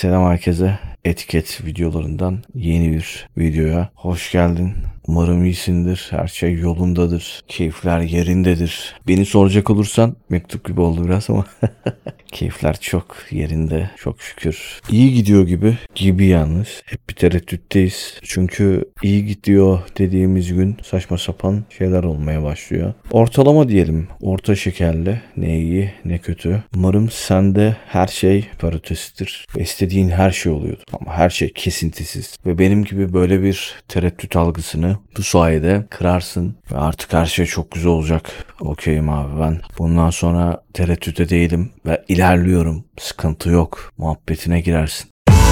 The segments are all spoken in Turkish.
Selam herkese. Etiket videolarından yeni bir videoya hoş geldin. Umarım iyisindir, her şey yolundadır, keyifler yerindedir. Beni soracak olursan mektup gibi oldu biraz ama keyifler çok yerinde, çok şükür. İyi gidiyor gibi yalnız. Hep bir tereddütteyiz. Çünkü iyi gidiyor dediğimiz gün saçma sapan şeyler olmaya başlıyor. Ortalama diyelim, orta şekerli, ne iyi ne kötü. Umarım sende her şey paritesidir ve istediğin her şey oluyordu. Ama her şey kesintisiz. Ve benim gibi böyle bir tereddüt algısını bu sayede kırarsın ve artık her şey çok güzel olacak. Okeyim abi, ben bundan sonra tereddütte değilim ve ilerliyorum. Sıkıntı yok muhabbetine girersin.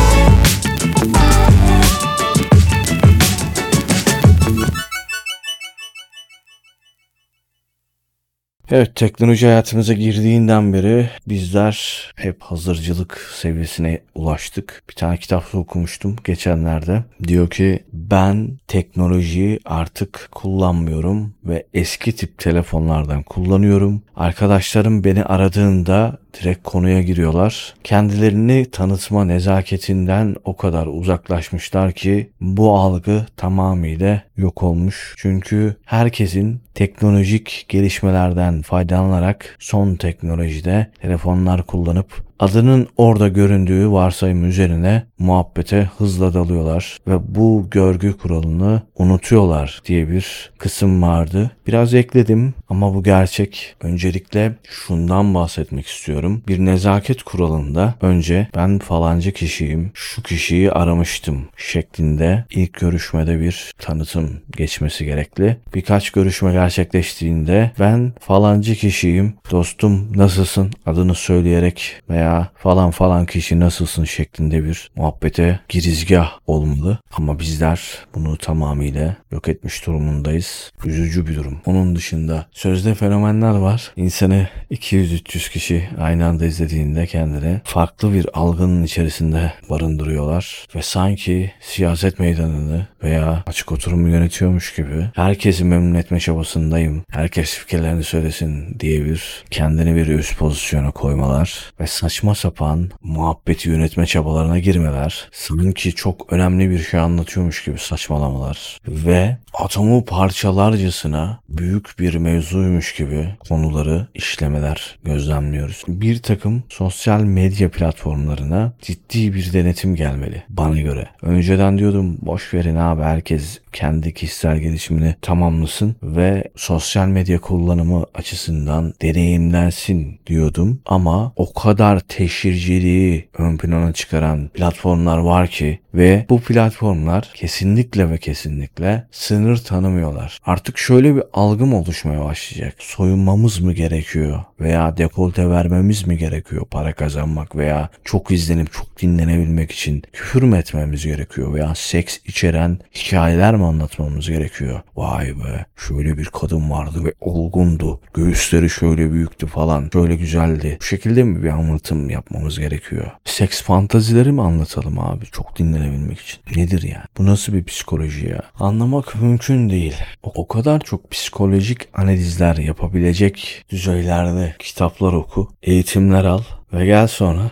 Evet, teknoloji hayatımıza girdiğinden beri bizler hep hazırcılık seviyesine ulaştık. Bir tane kitap okumuştum geçenlerde. Diyor ki ben teknolojiyi artık kullanmıyorum ve eski tip telefonlardan kullanıyorum. Arkadaşlarım beni aradığında direkt konuya giriyorlar. Kendilerini tanıtma nezaketinden o kadar uzaklaşmışlar ki bu algı tamamıyla yok olmuş. Çünkü herkesin teknolojik gelişmelerden faydalanarak son teknolojide telefonlar kullanıp adının orada göründüğü varsayım üzerine muhabbete hızla dalıyorlar ve bu görgü kuralını unutuyorlar diye bir kısım vardı. Biraz ekledim ama bu gerçek. Öncelikle şundan bahsetmek istiyorum. Bir nezaket kuralında önce ben falanca kişiyim, şu kişiyi aramıştım şeklinde ilk görüşmede bir tanıtım geçmesi gerekli. Birkaç görüşme gerçekleştiğinde ben falanca kişiyim, dostum nasılsın adını söyleyerek veya falan kişi nasılsın şeklinde bir muhabbete girizgah olmalı. Ama bizler bunu tamamıyla yok etmiş durumundayız. Üzücü bir durum. Onun dışında sözde fenomenler var. İnsanı 200-300 kişi aynı anda izlediğinde kendini farklı bir algının içerisinde barındırıyorlar. Ve sanki siyaset meydanını veya açık oturumu yönetiyormuş gibi herkesi memnun etme çabasındayım, herkes fikirlerini söylesin diye kendini bir üst pozisyona koymalar ve saçma sapan muhabbeti yönetme çabalarına girmeler, sanki çok önemli bir şey anlatıyormuş gibi saçmalamalar ve atomu parçalarcasına büyük bir mevzuymuş gibi konuları işlemeler gözlemliyoruz. Bir takım sosyal medya platformlarına ciddi bir denetim gelmeli bana göre. Önceden diyordum boş verin abi, herkes kendi kişisel gelişimini tamamlasın ve sosyal medya kullanımı açısından deneyimlensin diyordum. Ama o kadar teşhirciliği ön plana çıkaran platformlar var ki ve bu platformlar kesinlikle ve kesinlikle sınır tanımıyorlar. Artık şöyle bir algım oluşmaya başlayacak. Soyunmamız mı gerekiyor veya dekolte vermemiz mi gerekiyor para kazanmak veya çok izlenip çok dinlenebilmek için küfür mü etmemiz gerekiyor veya seks içeren hikayeler mi anlatmamız gerekiyor? Vay be, şöyle bir kadın vardı ve olgundu, göğüsleri şöyle büyüktü falan, şöyle güzeldi. Bu şekilde mi bir anlatım yapmamız gerekiyor? Seks fantazileri mi anlatalım abi çok dinlenebilmek için? Nedir yani? Bu nasıl bir psikoloji ya? Anlamak mümkün değil. O kadar çok psikolojik analizler yapabilecek düzeylerde kitaplar oku, eğitimler al ve gel sonra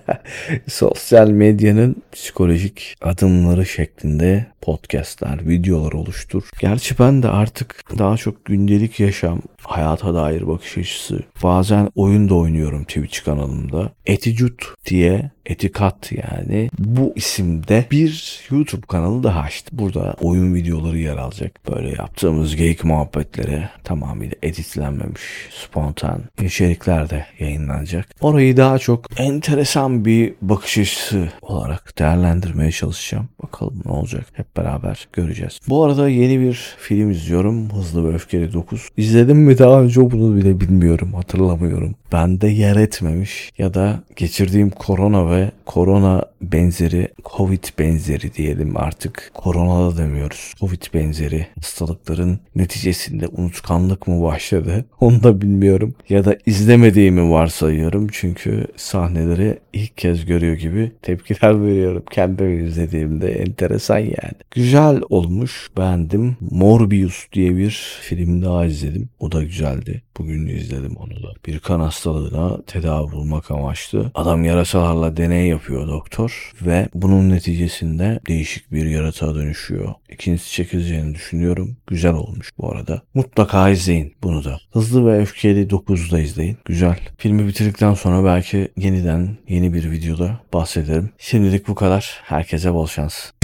sosyal medyanın psikolojik adımları şeklinde podcastlar, videolar oluştur. Gerçi ben de artık daha çok gündelik yaşam, hayata dair bakış açısı, bazen oyun da oynuyorum Twitch kanalımda. Eticut diye, etikat yani bu isimde bir YouTube kanalı daha açtım. Burada oyun videoları yer alacak. Böyle yaptığımız geyik muhabbetleri tamamıyla editlenmemiş, spontan içerikler de yayınlanacak. Orayı daha çok enteresan bir bakış açısı olarak değerlendirmeye çalışacağım. Bakalım ne olacak. Hep beraber göreceğiz. Bu arada yeni bir film izliyorum. Hızlı ve Öfkeli 9. İzledim mi daha önce bunu bile bilmiyorum. Hatırlamıyorum. Bende yer etmemiş ya da geçirdiğim korona ve korona benzeri, Covid benzeri diyelim artık. Korona da demiyoruz. Covid benzeri hastalıkların neticesinde unutkanlık mı başladı? Onu da bilmiyorum. Ya da izlemediğimi varsayıyorum. Çünkü Çünkü sahneleri ilk kez görüyor gibi tepkiler veriyorum. Kendim izlediğimde enteresan yani. Güzel olmuş. Beğendim. Morbius diye bir film daha izledim. O da güzeldi. Bugün izledim onu da. Bir kan hastalığına tedavi bulmak amaçlı. Adam yarasalarla deney yapıyor doktor ve bunun neticesinde değişik bir yaratığa dönüşüyor. İkincisi çekileceğini düşünüyorum. Güzel olmuş bu arada. Mutlaka izleyin bunu da. Hızlı ve Öfkeli 9'da izleyin. Güzel. Filmi bitirdikten sonra belki yeniden yeni bir videoda bahsederim. Şimdilik bu kadar. Herkese bol şans.